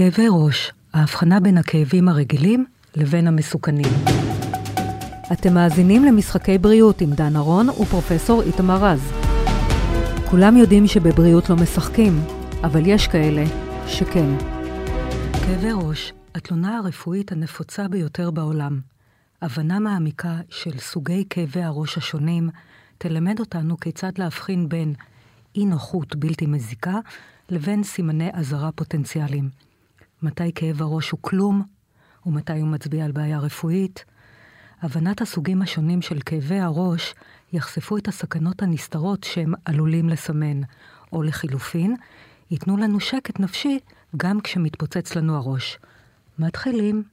כאבי ראש, ההבחנה בין הכאבים הרגילים לבין המסוכנים. אתם מאזינים למשחקי בריאות עם דן ארון ופרופסור איתמר רז. כולם יודעים שבבריאות לא משחקים, אבל יש כאלה שכן. כאבי ראש, התלונה הרפואית הנפוצה ביותר בעולם. הבנה מעמיקה של סוגי כאבי הראש השונים תלמד אותנו כיצד להבחין בין אי נוחות בלתי מזיקה לבין סימני אזהרה פוטנציאליים. מתי כאב הראש הוא כלום, ומתי הוא מצביע על בעיה רפואית. הבנת הסוגים השונים של כאבי הראש יחשפו את הסכנות הנסתרות שהם עלולים לסמן, או לחילופין, ייתנו לנו שקט נפשי גם כשמתפוצץ לנו הראש. מתחילים.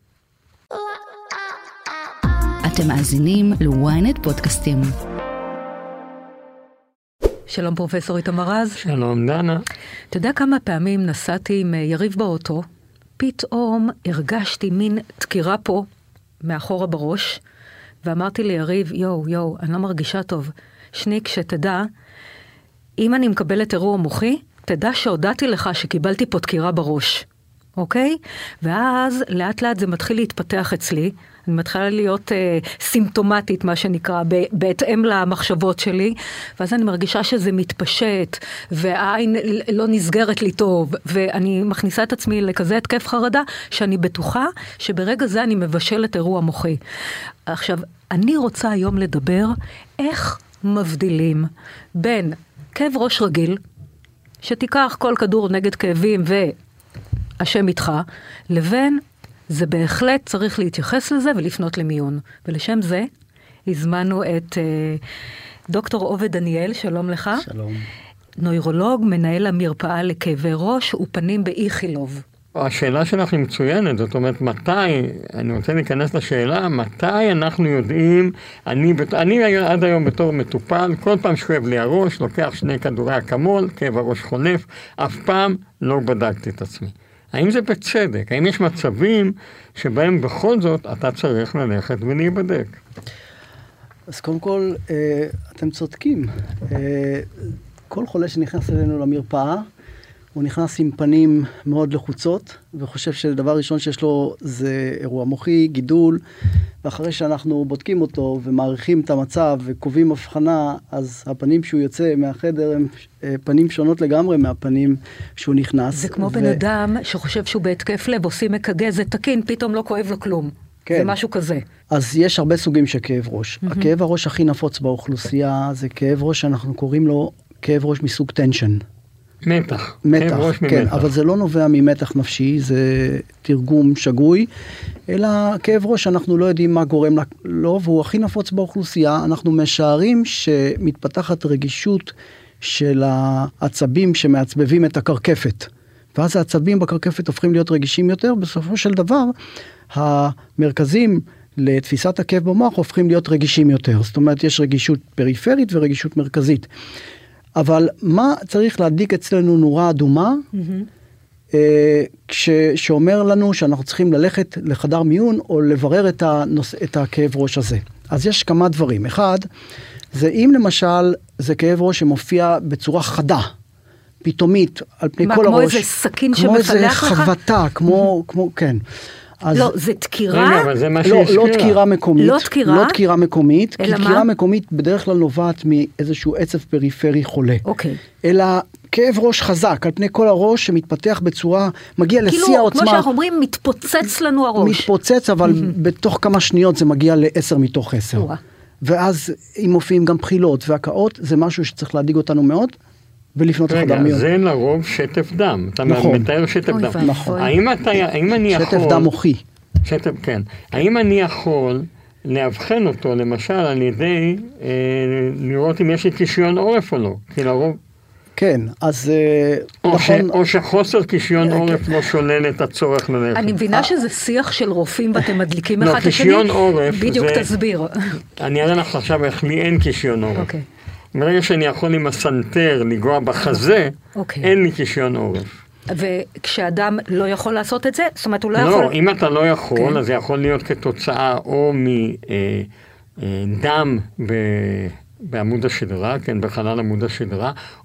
אתם מאזינים ל-ynet פודקאסטים. שלום פרופסור איתמר רז. שלום דנה. אתה יודע כמה פעמים נסעתי עם יריב באוטו, פתאום הרגשתי מין דקירה פה, מאחורה בראש, ואמרתי ליריב, יו, אני לא מרגישה טוב. שניק, שתדע, אם אני מקבלת אירוע מוחי, תדע שהודעתי לך שקיבלתי פה דקירה בראש. אוקיי? ואז לאט לאט זה מתחיל להתפתח אצלי, אני מתחילה להיות סימפטומטית, מה שנקרא, בהתאם למחשבות שלי, ואז אני מרגישה שזה מתפשט, והעין לא נסגרת לי טוב, ואני מכניסה את עצמי לכזה התקף חרדה, שאני בטוחה שברגע זה אני מבשלת אירוע מוחי. עכשיו, אני רוצה היום לדבר איך מבדילים בין כאב ראש רגיל, שתיקח כל כדור נגד כאבים השם איתך, לבין זה בהחלט צריך להתייחס לזה ולפנות למיון. ולשם זה הזמנו את דוקטור עובד דניאל, שלום לך. שלום. נוירולוג, מנהל המרפאה לכאבי ראש ופנים באיכילוב. השאלה שלך היא מצוינת, זאת אומרת, מתי, אני רוצה להיכנס לשאלה, מתי אנחנו יודעים, אני עד היום בתור מטופל, כל פעם שכואב לי הראש, לוקח 2 כדורי אקמול, כאב הראש חולף, אף פעם לא בדקתי את עצמי. האם זה בצדק? האם יש מצבים שבהם בכל זאת אתה צריך ללכת ולהיבדק? אז קודם כל, אתם צודקים. כל חולה שנכנס אלינו למרפאה, הוא נכנס עם פנים מאוד לחוצות, וחושב שדבר ראשון שיש לו זה אירוע מוחי, גידול, ואחרי שאנחנו בודקים אותו ומעריכים את המצב וקובעים הבחנה, אז הפנים שהוא יוצא מהחדר הם פנים שונות לגמרי מהפנים שהוא נכנס. זה כמו בן אדם שחושב שהוא בהתקף לב, עושים מקגז, זה תקין, פתאום לא כואב לו כלום. כן. זה משהו כזה. אז יש הרבה סוגים של כאב ראש. הכאב הראש הכי נפוץ באוכלוסייה זה כאב ראש שאנחנו קוראים לו כאב ראש מסוג טנשן. מתח, כן, אבל זה לא נובע ממתח נפשי, זה תרגום שגוי, אלא כאב ראש אנחנו לא יודעים מה גורם לו, והוא הכי נפוץ באוכלוסייה. אנחנו משערים שמתפתחת רגישות של העצבים שמעצבבים את הקרקפת, ואז העצבים בקרקפת הופכים להיות רגישים יותר. בסופו של דבר, המרכזים לתפיסת הכאב במוח הופכים להיות רגישים יותר, זאת אומרת יש רגישות פריפרית ורגישות מרכזית. אבל מה צריך להדליק אצלנו נורה אדומה, שאומר לנו שאנחנו צריכים ללכת לחדר מיון, או לברר את הכאב ראש הזה. אז יש כמה דברים. אחד, זה אם למשל זה כאב ראש שמופיע בצורה חדה, פתאומית, על פני כל הראש. כמו איזה סכין שמפלח לך? כמו איזה חבטה, כמו, כן. לא, זה דקירה? לא דקירה מקומית. לא דקירה? לא דקירה מקומית, כי דקירה דקירה מקומית בדרך כלל נובעת מאיזשהו עצב פריפרי חולה. אוקיי. אלא כאב ראש חזק, על פני כל הראש שמתפתח בצורה, מגיע לשיא העוצמה. כמו שאנחנו אומרים, מתפוצץ לנו הראש. מתפוצץ, אבל בתוך כמה שניות זה מגיע ל10 מתוך 10. ואז אם מופיעים גם בחילות והקאות, זה משהו שצריך להדאיג אותנו מאוד. ולפנות לחדר מיון. זה לרוב שטף דם. אתה מתאר שטף דם. נכון. האם אני יכול... שטף דם מוחי. כן. האם אני יכול להבחן אותו, למשל, על ידי לראות אם יש לי קישיון עורף או לא? כי לרוב... כן, אז... או שחוסר קישיון עורף לא שולל את הצורך ללכת. אני מבינה שזה שיח של רופאים ואתם מדליקים אחד את השני. קישיון עורף... בדיוק תסביר. אני אראה לך עכשיו איך לי אין קישיון עורף. אוקיי. ברגע שאני יכול עם הסנטר לגוע בחזה, אין לי קישיון עורף. וכשאדם לא יכול לעשות את זה, זאת אומרת הוא לא יכול... לא, אם אתה לא יכול, אז זה יכול להיות כתוצאה או מדם בעמוד השדרה, כן, בחלל עמוד השדרה,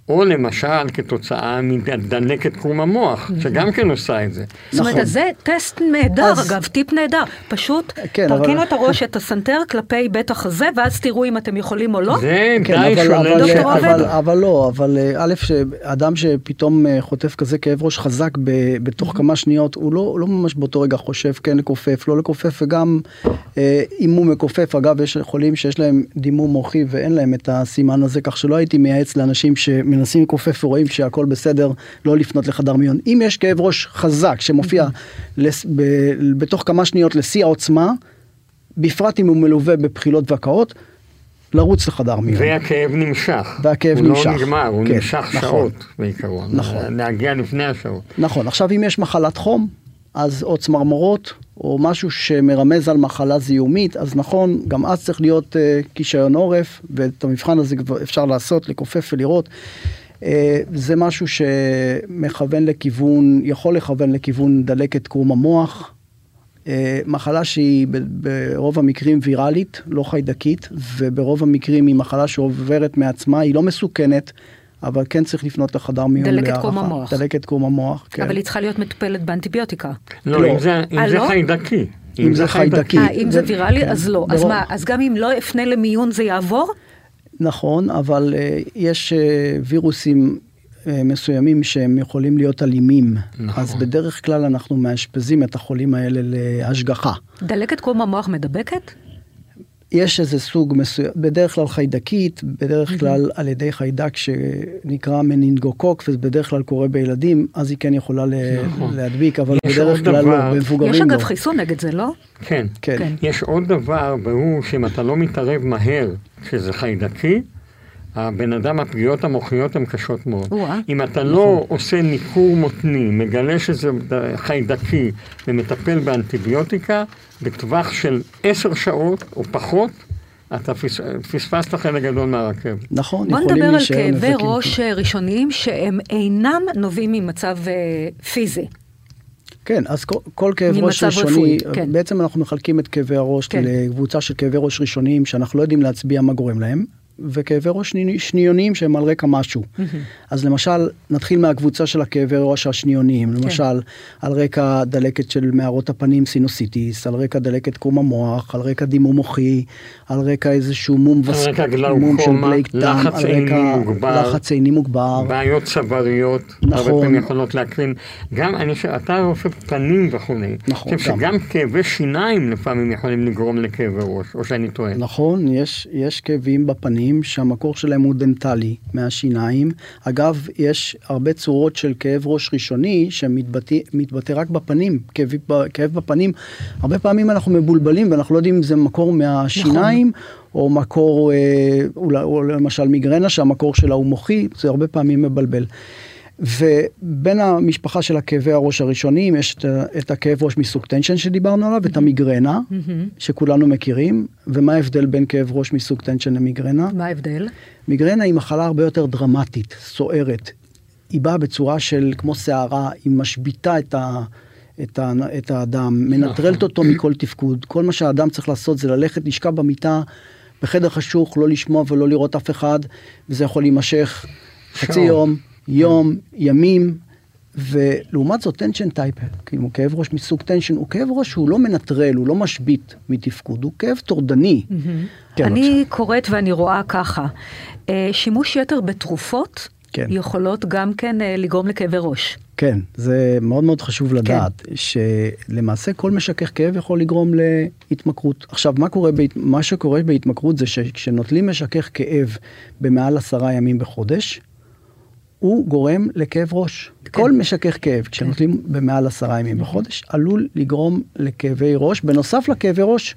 או למשל כתוצאה מדלקת קרום המוח, שגם כן עושה את זה. זאת אומרת, זה טסט נהדר, אגב, טיפ נהדר. פשוט תרכינו את הראש, את הסנטר כלפי בית החזה, ואז תראו אם אתם יכולים או לא. זה די שונה. אבל לא, אבל א', אדם שפתאום חוטף כזה כאב ראש חזק בתוך כמה שניות, הוא לא ממש באותו רגע חושב כן לכופף, לא לכופף, וגם אם הוא מכופף, אגב, יש חולים שיש להם דימום מוחי ואין להם את הסימן הזה, כך שלא הייתי מייעץ לאנשים שמנסים לכופף ורואים שהכל בסדר, לא לפנות לחדר מיון. אם יש כאב ראש חזק שמופיע בתוך כמה שניות לשיא העוצמה, בפרט אם הוא מלווה בבחילות והקאות, לרוץ לחדר מיון. והכאב נמשך. והכאב נמשך. הוא לא נגמר, הוא נמשך שעות בעיקרון. נכון. להגיע לפני השעות. נכון. עכשיו אם יש מחלת חום, אז או צמרמורות, או משהו שמרמז על מחלה זיהומית, אז נכון, גם אז צריך להיות כישיון עורף, ואת המבחן הזה אפשר לעשות, לכופף ולראות. זה משהו שמכוון לכיוון, יכול לכוון לכיוון דלקת קרום המוח, מחלה שהיא ברוב המקרים ויראלית, לא חיידקית, וברוב המקרים היא מחלה שעוברת מעצמה, היא לא מסוכנת, אבל כן צריך לפנות לחדר מיון להערכה. דלקת קרום המוח. דלקת קרום המוח, כן. אבל היא צריכה להיות מטופלת באנטיביוטיקה. לא, אם זה חיידקי. אם זה חיידקי. אם זה ויראלי, אז לא. אז מה, אז גם אם לא אפנה למיון זה יעבור? נכון, אבל יש וירוסים מסוימים שהם יכולים להיות אלימים. נכון. אז בדרך כלל אנחנו מאשפזים את החולים האלה להשגחה. דלקת קרום המוח מדבקת? יש איזה סוג מסוים, בדרך כלל חיידקית, בדרך כלל על ידי חיידק שנקרא מנינגוקוק, וזה בדרך כלל קורה בילדים, אז היא כן יכולה להדביק, אבל בדרך כלל לא, במבוגרים לא. יש אגב חיסון נגד זה, לא? כן. יש עוד דבר, ברור שאם אתה לא מתערב מהר שזה חיידקי, הבן אדם, הפגיעות המוחיות הן קשות מאוד. אם אתה לא עושה ניכור מותני, מגלה שזה חיידקי ומטפל באנטיביוטיקה, בטווח של 10 שעות או פחות, אתה פספסת חלק גדול מהרכב. נכון, בוא נדבר על כאבי ראש ראשוניים שהם אינם נובעים ממצב פיזי. כן, אז כל כאב ראש ראשוני, בעצם אנחנו מחלקים את כאבי הראש לקבוצה של כאבי ראש ראשוניים שאנחנו לא יודעים להצביע מה גורם להם. וכאבי ראש שניוניים שהם על רקע משהו. אז למשל, נתחיל מהקבוצה של הכאבי ראש השניוניים, למשל, על רקע דלקת של מערות הפנים סינוסיטיס, על רקע דלקת קרום המוח, על רקע דימום מוחי, על רקע איזשהו מום של בלייק דם, על רקע לחץ עיני מוגבר. בעיות צוואריות, הרבה פעמים יכולות להקרין. גם, אתה רופא פנים וכו'. נכון. שגם כאבי שיניים לפעמים יכולים לגרום לכאבי ראש, או שאני טועה. נכון, יש כאבים בפנים, שהמקור שלהם הוא דנטלי מהשיניים. אגב, יש הרבה צורות של כאב ראש ראשוני שמתבטא רק בפנים, כאב בפנים. הרבה פעמים אנחנו מבולבלים ואנחנו לא יודעים אם זה מקור מהשיניים, או מקור, או למשל מיגרנה שהמקור שלה הוא מוחי, זה הרבה פעמים מבלבל. ובין המשפחה של הכאבי הראש הראשונים יש את הכאב ראש מסוג טנשן שדיברנו עליו, את המיגרנה שכולנו מכירים. ומה ההבדל בין כאב ראש מסוג טנשן למיגרנה? מה ההבדל? מיגרנה היא מחלה הרבה יותר דרמטית, סוערת. היא באה בצורה של כמו שערה, היא משביטה את האדם, מנטרלת אותו מכל תפקוד. כל מה שהאדם צריך לעשות זה ללכת, לשכב במיטה, בחדר חשוך, לא לשמוע ולא לראות אף אחד, וזה יכול להימשך חצי יום, ימים, ולעומת זאת טנשן טייפ, כאילו כאב ראש מסוג טנשן, הוא כאב ראש שהוא לא מנטרל, הוא לא משבית מתפקוד, הוא כאב טורדני. אני קוראת ואני רואה ככה, שימוש יתר בתרופות יכולות גם כן לגרום לכאבי ראש. כן, זה מאוד מאוד חשוב לדעת, שלמעשה כל משכך כאב יכול לגרום להתמכרות. עכשיו, מה שקורה בהתמכרות זה שכשנוטלים משכך כאב במעל 10 ימים בחודש, הוא גורם לכאב ראש. כל משכך כאב, כשנוטלים במעל 10 ימים בחודש, עלול לגרום לכאבי ראש, בנוסף לכאבי ראש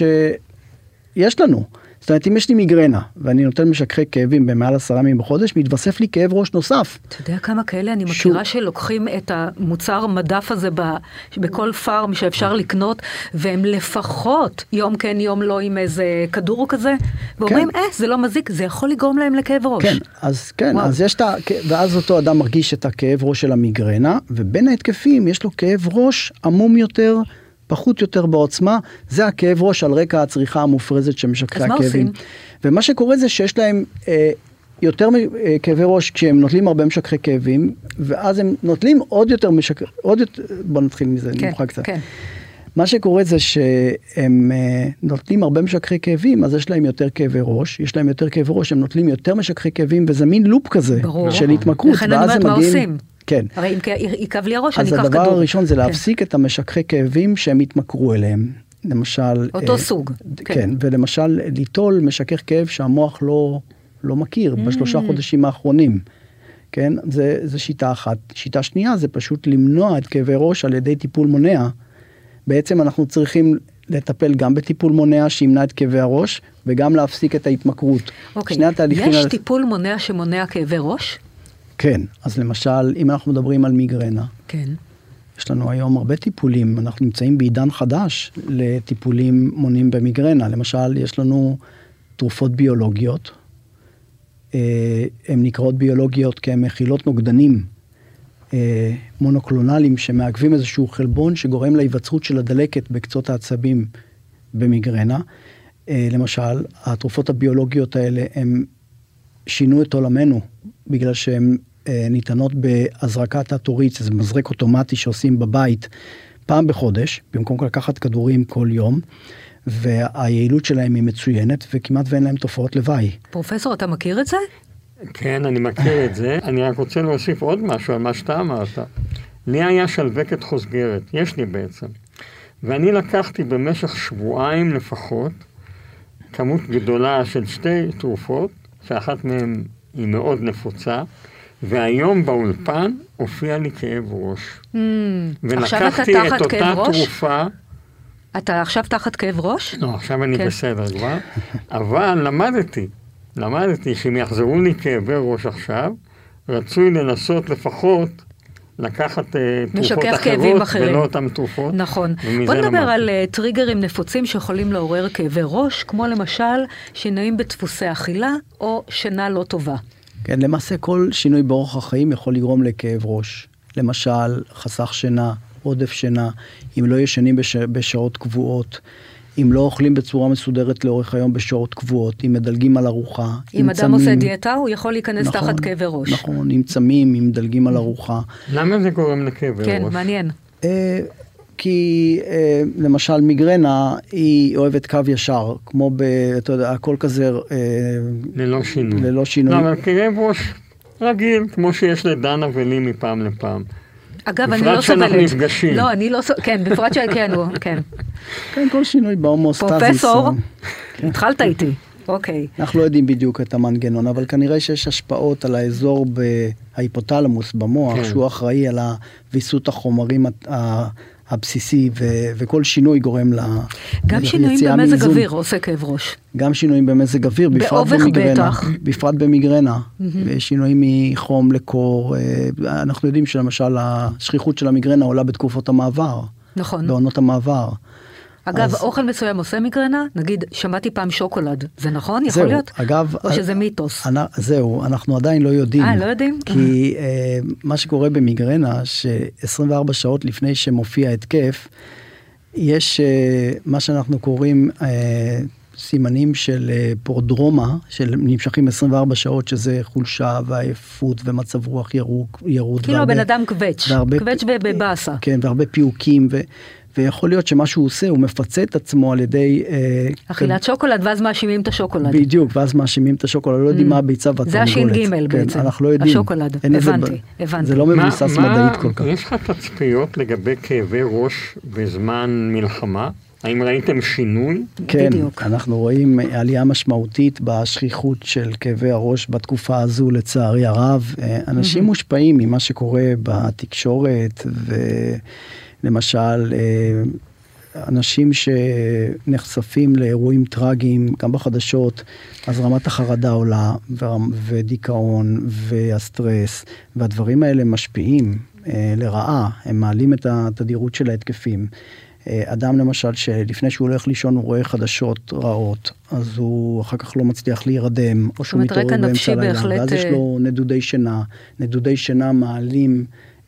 שיש לנו. זאת אומרת, אם יש לי מיגרנה, ואני נותן משככי כאבים במעל 10 ימים בחודש, מתווסף לי כאב ראש נוסף. אתה יודע כמה כאלה אני מכירה שלוקחים את המוצר מדף הזה בכל פארם שאפשר לקנות, והם לפחות יום כן יום לא עם איזה כדור כזה, ואומרים, זה לא מזיק, זה יכול לגרום להם לכאב ראש. כן, אז יש ואז אותו אדם מרגיש את הכאב ראש של המיגרנה, ובין ההתקפים יש לו כאב ראש עמום יותר, פחות יותר בעוצמה, זה הכאב ראש על רקע הצריכה המופרזת שמשככי הכאבים. ומה שקורה זה שיש להם יותר כאבי ראש כשהם נוטלים הרבה משככי כאבים, ואז הם נוטלים עוד יותר בוא נתחיל מזה, נמחק קצת. מה שקורה זה שהם נוטלים הרבה משככי כאבים, אז יש להם יותר כאבי ראש, הם נוטלים יותר משככי כאבים, וזה מין לופ כזה של התמכרות. לכן אני אומרת מה עושים. כן. הרי אם יכאב לי הראש, אני אקח אז כדור. הדבר הראשון זה להפסיק את המשככי כאבים שהם התמכרו אליהם. למשל... אותו סוג. כן, ולמשל ליטול משכך כאב שהמוח לא מכיר בשלושה חודשים האחרונים. כן, זה שיטה אחת. שיטה שנייה זה פשוט למנוע את כאבי ראש על ידי טיפול מונע. בעצם אנחנו צריכים לטפל גם בטיפול מונע שימנע את כאבי הראש, וגם להפסיק את ההתמכרות. אוקיי, יש טיפול מונע שמונע כאבי ראש? כן, אז למשל, אם אנחנו מדברים על מיגרנה, כן. יש לנו היום הרבה טיפולים, אנחנו נמצאים בעידן חדש לטיפולים מונעים במיגרנה. למשל, יש לנו תרופות ביולוגיות, הן נקראות ביולוגיות כי הן מכילות נוגדנים מונוקלונליים שמעכבים איזשהו חלבון שגורם להיווצרות של הדלקת בקצות העצבים במיגרנה. למשל, התרופות הביולוגיות האלה הן שינו את עולמנו בגלל שהן ניתנות בהזרקת התוריץ, זה מזרק אוטומטי שעושים בבית פעם בחודש, במקום לקחת כדורים כל יום, והיעילות שלהם היא מצוינת, וכמעט ואין להם תופעות לוואי. פרופסור, אתה מכיר את זה? כן, אני מכיר את זה. אני רק רוצה להוסיף עוד משהו על מה שאתה אמרת. לי היה שלווקת חוסגרת, יש לי בעצם. ואני לקחתי במשך שבועיים לפחות, כמות גדולה של 2 תרופות, שאחת מהן היא מאוד נפוצה, והיום באולפן הופיע לי כאב ראש. ולקחתי את אותה תרופה. אתה עכשיו תחת כאב ראש? לא, עכשיו אני בסדר כבר. אבל למדתי שאם יחזרו לי כאבי ראש עכשיו, רצוי לנסות לפחות לקחת תרופות אחרות ולא אותם תרופות. נכון. בוא נדבר על טריגרים נפוצים שיכולים לעורר כאבי ראש, כמו למשל שינויים בדפוסי אכילה או שינה לא טובה. כן, למעשה כל שינוי באורח החיים יכול לגרום לכאב ראש. למשל, חסך שינה, עודף שינה, אם לא ישנים בשעות קבועות, אם לא אוכלים בצורה מסודרת לאורך היום בשעות קבועות, אם מדלגים על ארוחה. אם אדם עושה דיאטה, הוא יכול להיכנס תחת כאבי ראש. נכון, אם צמים, אם מדלגים על ארוחה. למה זה גורם לכאבי ראש? כן, מעניין. כי למשל מיגרנה היא אוהבת קו ישר, כמו אתה יודע, הכל כזה ללא שינוי. לא, אבל כאב ראש רגיל, כמו שיש לדנה ולי מפעם לפעם. אגב, אני לא סובלת. בפרט שאנחנו נפגשים. לא, אני לא סובלת, כן, בפרט כן. כן, כל שינוי בהומוסטזיס. פרופסור, התחלת איתי, אוקיי. אנחנו לא יודעים בדיוק את המנגנון, אבל כנראה שיש השפעות על האזור בהיפותלמוס במוח, שהוא אחראי על ויסות החומרים הבסיסי, וכל שינוי גורם ליציאה מאיזון. גם שינויים במזג אוויר עושה כאב ראש. גם שינויים במזג אוויר, בפרט במיגרנה. שינויים מחום לקור. אנחנו יודעים שלמשל השכיחות של המיגרנה עולה בתקופות המעבר. נכון. בעונות המעבר. אגב, אוכל מסוים עושה מיגרנה? נגיד, שמעתי פעם שוקולד. זה נכון? יכול להיות? אגב, או שזה מיתוס? זהו, אנחנו עדיין לא יודעים. לא יודעים? כי מה שקורה במיגרנה, ש24 שעות לפני שמופיע התקף, יש מה שאנחנו קוראים סימנים של פורדרומה, שנמשכים 24 שעות, שזה חולשה ועייפות ומצב רוח ירוד. כאילו בן אדם קווץ' בבאסה. כן, והרבה פיוקים ויכול להיות שמה שהוא עושה, הוא מפצה את עצמו על ידי... אכילת שוקולד, ואז מאשימים את השוקולד. בדיוק, ואז מאשימים את השוקולד, לא יודעים מה הביצה והתרנגולת. זה השין גימל בעצם, אנחנו לא יודעים. השוקולד, הבנתי. זה לא מבוסס מדעית כל כך. יש לך תצפיות לגבי כאבי ראש בזמן מלחמה? האם ראיתם שינוי? כן, אנחנו רואים עלייה משמעותית בשכיחות של כאבי הראש בתקופה הזו, לצערי הרב. אנשים מושפעים ממה שקורה בתקשורת למשל, אנשים שנחשפים לאירועים טרגיים, גם בחדשות, אז רמת החרדה עולה, ודיכאון, והסטרס, והדברים האלה משפיעים לרעה, הם מעלים את התדירות של ההתקפים. אדם למשל, שלפני שהוא הולך לישון, הוא רואה חדשות רעות, אז הוא אחר כך לא מצליח להירדם, או שהוא מתעורר באמצע הלילה, ואז יש לו נדודי שינה. נדודי שינה מעלים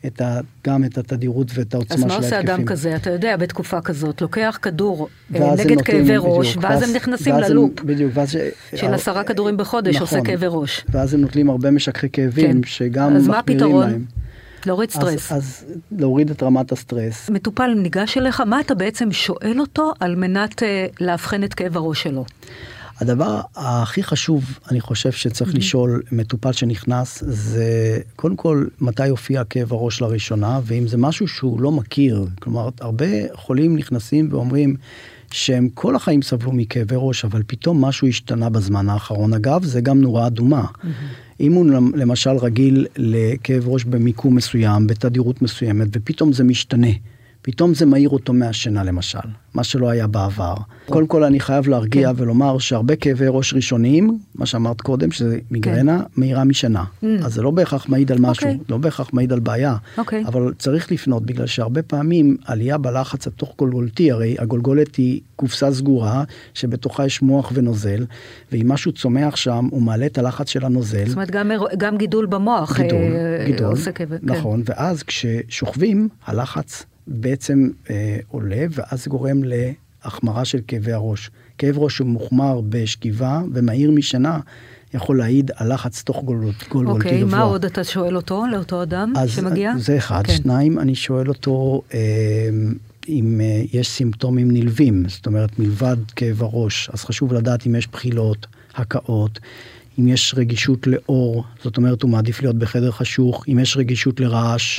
גם את התדירות ואת העוצמה של ההתקפים. אז מה עושה אדם כזה? אתה יודע, בתקופה כזאת, לוקח כדור נגד כאבי ראש, ואז הם נכנסים ללופ של 10 כדורים בחודש, עושה כאבי ראש. ואז הם נוטלים הרבה משככי כאבים, שגם אז מה הפתרון? להוריד סטרס. אז להוריד את רמת הסטרס. מטופל ניגש אליך, מה אתה בעצם שואל אותו על מנת להבחן את כאב הראש שלו? הדבר הכי חשוב, אני חושב שצריך לשאול מטופל שנכנס, זה קודם כל מתי יופיע כאב הראש לראשונה, ואם זה משהו שהוא לא מכיר, כלומר, הרבה חולים נכנסים ואומרים שהם כל החיים סבלו מכאבי ראש, אבל פתאום משהו השתנה בזמן האחרון. אגב, זה גם נורה אדומה. אם הוא למשל רגיל לכאב ראש במיקום מסוים, בתדירות מסוימת, ופתאום זה משתנה, פתאום זה מהיר אותו מהשינה למשל, מה שלא היה בעבר. קודם כל אני חייב להרגיע ולומר שהרבה כאבי ראש ראשוניים, מה שאמרת קודם, שזה מיגרנה, מהירה משינה. אז זה לא בהכרח מעיד על משהו, לא בהכרח מעיד על בעיה, אבל צריך לפנות, בגלל שהרבה פעמים עלייה בלחץ התוך גולגולתי, הרי הגולגולת היא קופסה סגורה, שבתוכה יש מוח ונוזל, ואם משהו צומח שם, הוא מעלה את הלחץ של הנוזל. זאת אומרת, גם גידול במוח גידול, נכון, ואז כששוכבים, הלחץ בעצם עולה, ואז זה גורם להחמרה של כאבי הראש. כאב ראש שמוחמר בשכיבה ומהיר משנה, יכול להעיד על לחץ תוך גולגולתי גבוה. אוקיי, מה עוד אתה שואל אותו, לאותו אדם שמגיע? זה אחד. שניים, אני שואל אותו אם יש סימפטומים נלווים, זאת אומרת מלבד כאב הראש, אז חשוב לדעת אם יש בחילות, הקאות, אם יש רגישות לאור, זאת אומרת הוא מעדיף להיות בחדר חשוך, אם יש רגישות לרעש,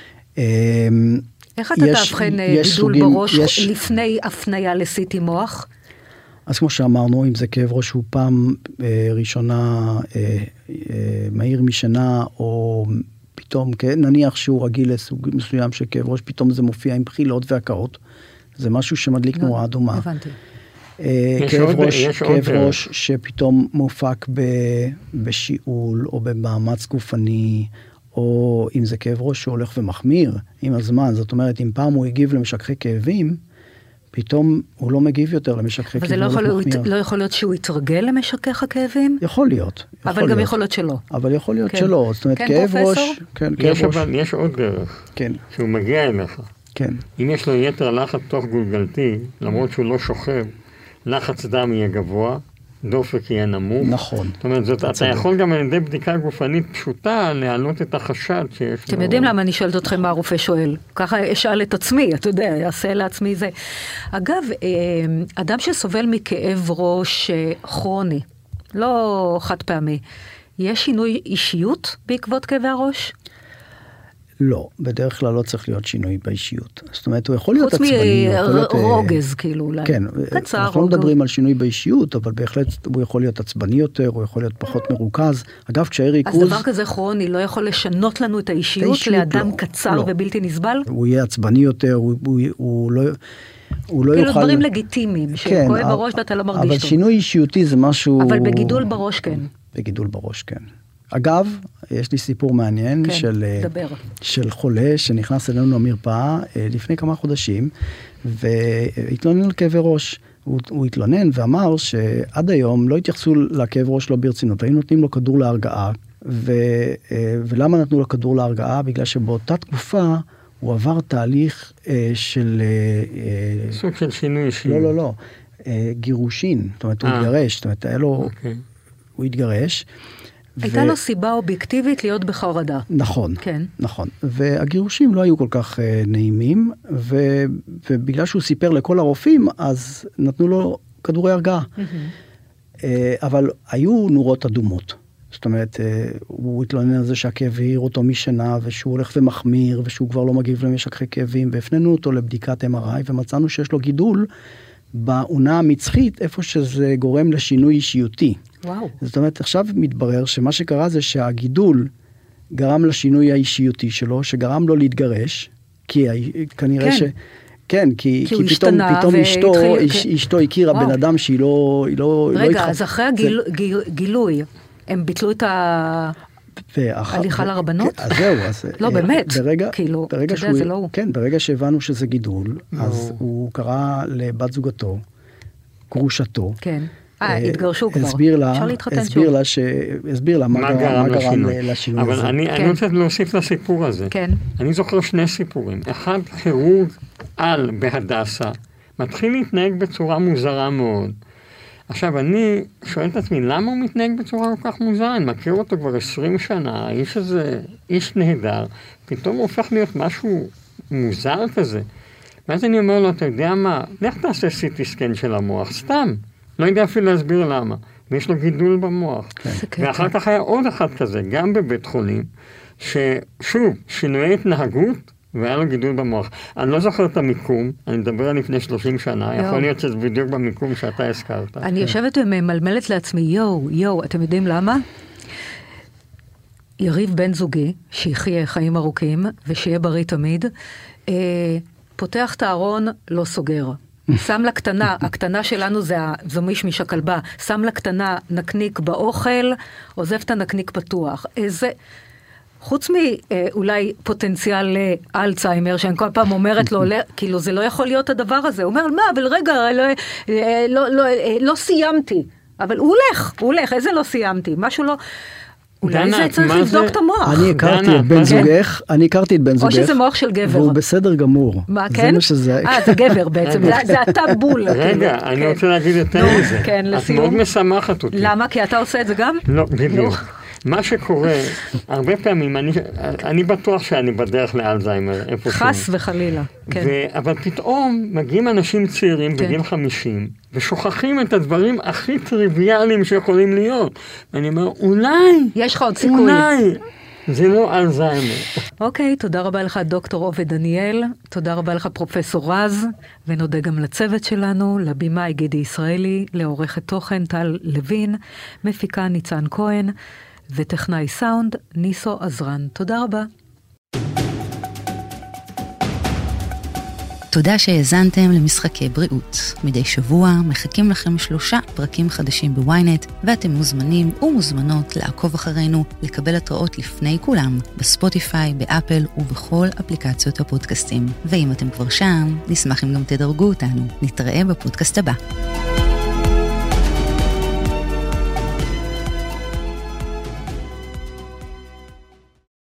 איך אתה תאבחן גידול בראש לפני הפניה לסיטי מוח? אז כמו שאמרנו, אם זה כאב ראש שהוא פעם ראשונה מהיר משנה, או פתאום, נניח שהוא רגיל לסוג מסוים של כאב ראש, פתאום זה מופיע עם בחילות והקאות, זה משהו שמדליק נורה אדומה. הבנתי. כאב ראש שפתאום מופק בשיעול, או במאמץ גופני, או אם זה כאב ראש שהולך ומחמיר עם הזמן, זאת אומרת, אם פעם הוא הגיב למשככי כאבים, פתאום הוא לא מגיב יותר למשככי כאבים. אבל זה לא יכול להיות שהוא יתרגל למשכך הכאבים? יכול להיות. אבל גם יכול להיות שלא. אבל יכול להיות שלא. זאת אומרת, כאב ראש... יש עוד דרך. שהוא מגיע אליך. כן. אם יש לו יתר לחץ תוך גולגלתי, למרות שהוא לא שוכב, לחץ דם יהיה גבוה, דופק יהיה נמוך. נכון. זאת אומרת, אתה יכול גם על ידי בדיקה גופנית פשוטה להעלות את החשד שיש לו. אתם יודעים למה אני שואלת אתכם מה הרופא שואל? ככה אשאל את עצמי, אתה יודע, יעשה לעצמי זה. אגב, אדם שסובל מכאב ראש כרוני, לא חד פעמי, יש שינוי אישיות בעקבות כאבי הראש? לא, בדרך כלל לא צריך להיות שינוי באישיות. זאת אומרת, הוא יכול להיות עצבני. חוץ מרוגז, כאילו אולי. כן, אנחנו לא מדברים על שינוי באישיות, אבל בהחלט הוא יכול להיות עצבני יותר, הוא יכול להיות פחות מרוכז. אגב, כשהי ריכוז... אז דבר כזה כרוני לא יכול לשנות לנו את האישיות לאדם קצר ובלתי נסבל? הוא יהיה עצבני יותר, הוא לא יוכל... כאילו דברים לגיטימיים, שכואב בראש ואתה לא מרגיש טוב. אבל שינוי אישיותי זה משהו... אבל בגידול בראש כן. בגידול בראש כן. אגב, יש לי סיפור מעניין של חולה שנכנס אלינו למרפאה לפני כמה חודשים, והתלונן על כאבי ראש. הוא התלונן ואמר שעד היום לא התייחסו לכאב ראש לא ברצינות, היו נותנים לו כדור להרגעה, ולמה נתנו לו כדור להרגעה? בגלל שבאותה תקופה הוא עבר תהליך של... סוג של שינוי אישי. לא, גירושין, זאת אומרת הוא התגרש, זאת אומרת היה לו... הוא התגרש, הייתה לו סיבה אובייקטיבית להיות בחרדה. נכון, נכון. והגירושים לא היו כל כך נעימים, ובגלל שהוא סיפר לכל הרופאים, אז נתנו לו כדורי הרגעה. אבל היו נורות אדומות. זאת אומרת, הוא התלונן על זה שהכאב העיר אותו משנה, ושהוא הולך ומחמיר, ושהוא כבר לא מגיב למשככי כאבים, והפנינו אותו לבדיקת MRI, ומצאנו שיש לו גידול בעונה המצחית, איפה שזה גורם לשינוי אישיותי. וואו. זאת אומרת, עכשיו מתברר שמה שקרה זה שהגידול גרם לשינוי האישיותי שלו, שגרם לו להתגרש, כי כנראה כן. כן, כי פתאום אשתו הכירה בן אדם שהיא לא... רגע, אז אחרי הגילוי, הם ביטלו את ההליכה לרבנות? אז זהו. לא, באמת. כאילו, אתה יודע, זה לא הוא. כן, ברגע שהבנו שזה גידול, אז הוא קרא לבת זוגתו, גרושתו. כן. התגרשו כבר. הסביר לה מה גרם לשינוי הזה. אבל אני רוצה להוסיף לסיפור הזה. כן. אני זוכר שני סיפורים. אחד, כירורג על בהדסה, מתחיל להתנהג בצורה מוזרה מאוד. עכשיו, אני שואל את עצמי, למה הוא מתנהג בצורה כל כך מוזרה? אני מכיר אותו כבר 20 שנה, האיש הזה, איש נהדר, פתאום הוא הופך להיות משהו מוזר כזה. ואז אני אומר לו, אתה יודע מה, לך תעשה סיטי סקן של המוח, סתם. לא יודע אפילו להסביר למה. ויש לו גידול במוח. ואחר כך היה עוד אחד כזה, גם בבית חולים, ששוב, שינויי התנהגות, והיה לו גידול במוח. אני לא זוכר את המיקום, אני מדבר על לפני 30 שנה, יכול להיות שזה בדיוק במיקום שאתה הזכרת. אני יושבת וממלמלת לעצמי, יו, אתם יודעים למה? יריב בן זוגי, שיחיה חיים ארוכים, ושיהיה בריא תמיד, פותח את הארון, לא סוגר. שם לקטנה, הקטנה שלנו זו מישמיש הכלבה, שם לקטנה נקניק באוכל, עוזב את הנקניק פתוח. איזה... חוץ מאולי פוטנציאל אלצהיימר, שאני כל פעם אומרת לו, כאילו זה לא יכול להיות הדבר הזה. הוא אומר, מה, אבל רגע, לא סיימתי. אבל הוא הולך, איזה לא סיימתי? משהו לא... אולי זה צריך לבדוק את המוח. אני הכרתי את בן זוגך. או שזה מוח של גבר. והוא בסדר גמור. מה, כן? זה גבר בעצם, זה אתה בול. רגע, אני רוצה להגיד יותר מזה. כן, לסיום. את מאוד משמחת אותי. למה? כי אתה עושה את זה גם? לא, בדיוק. מה שקורה, הרבה פעמים, אני בטוח שאני בדרך לאלצהיימר, איפשהו. חס וחלילה, כן. אבל פתאום מגיעים אנשים צעירים בגיל 50, ושוכחים את הדברים הכי טריוויאליים שיכולים להיות. ואני אומר, אולי, יש לך עוד סיכוי. אולי, זה לא אלצהיימר. אוקיי, תודה רבה לך דוקטור עובד דניאל, תודה רבה לך פרופסור רז, ונודה גם לצוות שלנו, לבימאי גידי ישראלי, לעורכת תוכן טל לוין, מפיקה ניצן כהן, וטכנאי סאונד ניסו עזרן. תודה רבה. תודה שהאזנתם למשחקי בריאות. מדי שבוע מחכים לכם 3 פרקים חדשים בוויינט, ואתם מוזמנים ומוזמנות לעקוב אחרינו, לקבל התראות לפני כולם, בספוטיפיי, באפל ובכל אפליקציות הפודקאסטים. ואם אתם כבר שם, נשמח אם גם תדרגו אותנו. נתראה בפודקאסט הבא.